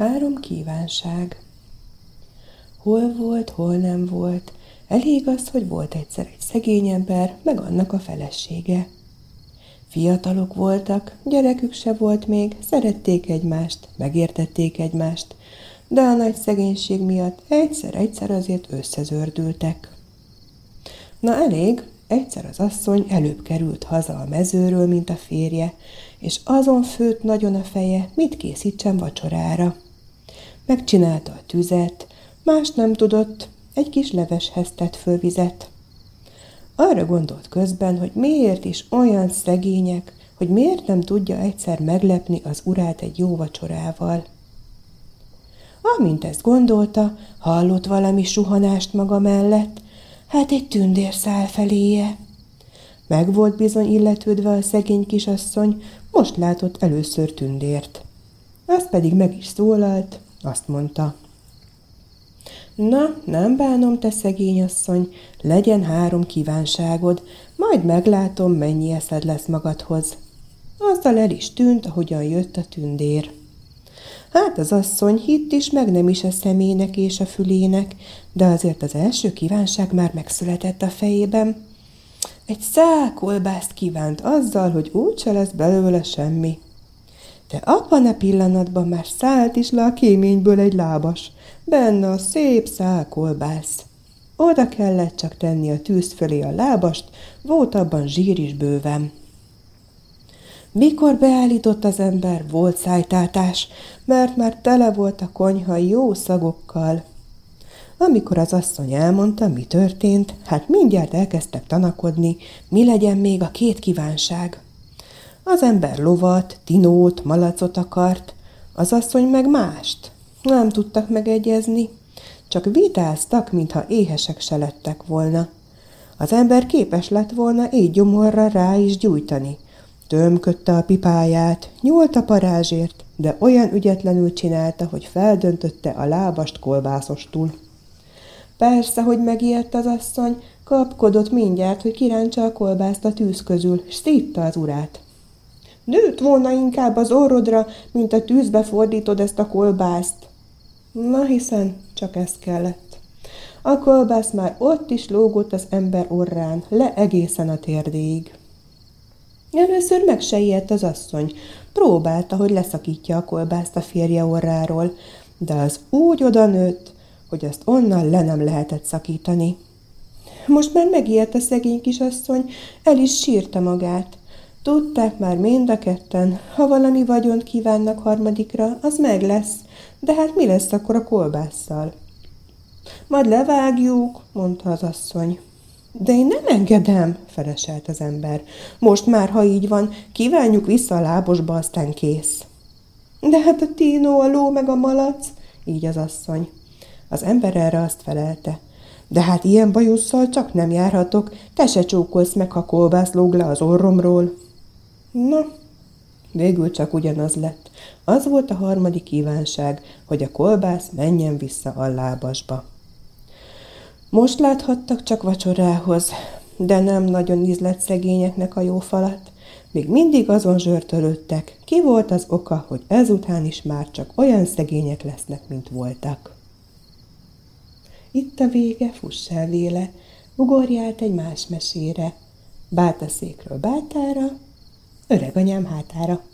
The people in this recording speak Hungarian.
3 kívánság. Hol volt, hol nem volt. Elég az, hogy volt egyszer egy szegény ember, meg annak a felesége. Fiatalok voltak, gyerekük se volt még, szerették egymást, megértették egymást, de a nagy szegénység miatt egyszer-egyszer azért összezördültek. Na elég, egyszer az asszony előbb került haza a mezőről, mint a férje, és azon főtt nagyon a feje, mit készítsen vacsorára. Megcsinálta a tüzet, más nem tudott, egy kis leveshez tett föl vizet. Arra gondolt közben, hogy miért is olyan szegények, hogy miért nem tudja egyszer meglepni az urát egy jó vacsorával. Amint ezt gondolta, hallott valami suhanást maga mellett, hát egy tündér száll feléje. Meg volt bizony illetődve a szegény kisasszony, most látott először tündért. Az pedig meg is szólalt, azt mondta: Na, nem bánom, te szegény asszony, legyen 3 kívánságod, majd meglátom, mennyi eszed lesz magadhoz. Azzal el is tűnt, ahogyan jött a tündér. Hát az asszony hitt is, meg nem is a szemének és a fülének, de azért az első kívánság már megszületett a fejében. Egy szál kolbászt kívánt azzal, hogy úgyse lesz belőle semmi. De abban a pillanatban már szállt is le a kéményből egy lábas, benne a szép szál kolbász. Oda kellett csak tenni a tűz fölé a lábast, volt abban zsír is bőven. Mikor beállított az ember, volt szájtátás, mert már tele volt a konyha jó szagokkal. Amikor az asszony elmondta, mi történt, hát mindjárt elkezdtek tanakodni, mi legyen még a 2 kívánság. Az ember lovat, tinót, malacot akart, az asszony meg mást. Nem tudtak megegyezni, csak vitáztak, mintha éhesek se lettek volna. Az ember képes lett volna étgyomorra rá is gyújtani. Tömködte a pipáját, nyúlt a parázsért, de olyan ügyetlenül csinálta, hogy feldöntötte a lábast kolbászostul. Persze, hogy megijedt az asszony, kapkodott mindjárt, hogy kirántsa a kolbászt a tűz közül, s szítta az urát. Nőtt volna inkább az orrodra, mint a tűzbe fordítod ezt a kolbászt. Na hiszen, csak ez kellett. A kolbász már ott is lógott az ember orrán, le egészen a térdéig. Először meg se ijedt az asszony, próbálta, hogy leszakítja a kolbászt a férje orráról, de az úgy odanőtt, hogy azt onnan le nem lehetett szakítani. Most már megijedt a szegény kisasszony, el is sírta magát. Tudták már mind a ketten, ha valami vagyont kívánnak harmadikra, az meg lesz, de hát mi lesz akkor a kolbásszal? Majd levágjuk, mondta az asszony. De én nem engedem, feleselt az ember. Most már, ha így van, kívánjuk vissza a lábosba, aztán kész. De hát a tínó, a ló meg a malac, így az asszony. Az ember erre azt felelte. De hát ilyen bajusszal csak nem járhatok, te se csókolsz meg, ha kolbász lóg le az orromról. Na, végül csak ugyanaz lett. Az volt a 3. kívánság, hogy a kolbász menjen vissza a lábasba. Most láthattak csak vacsorához, de nem nagyon ízlett szegényeknek a jó falat. Még mindig azon zsörtölődtek, ki volt az oka, hogy ezután is már csak olyan szegények lesznek, mint voltak. Itt a vége, fuss el véle, ugorj át egy más mesére. Bátaszékről bátára, öreganyám hátára.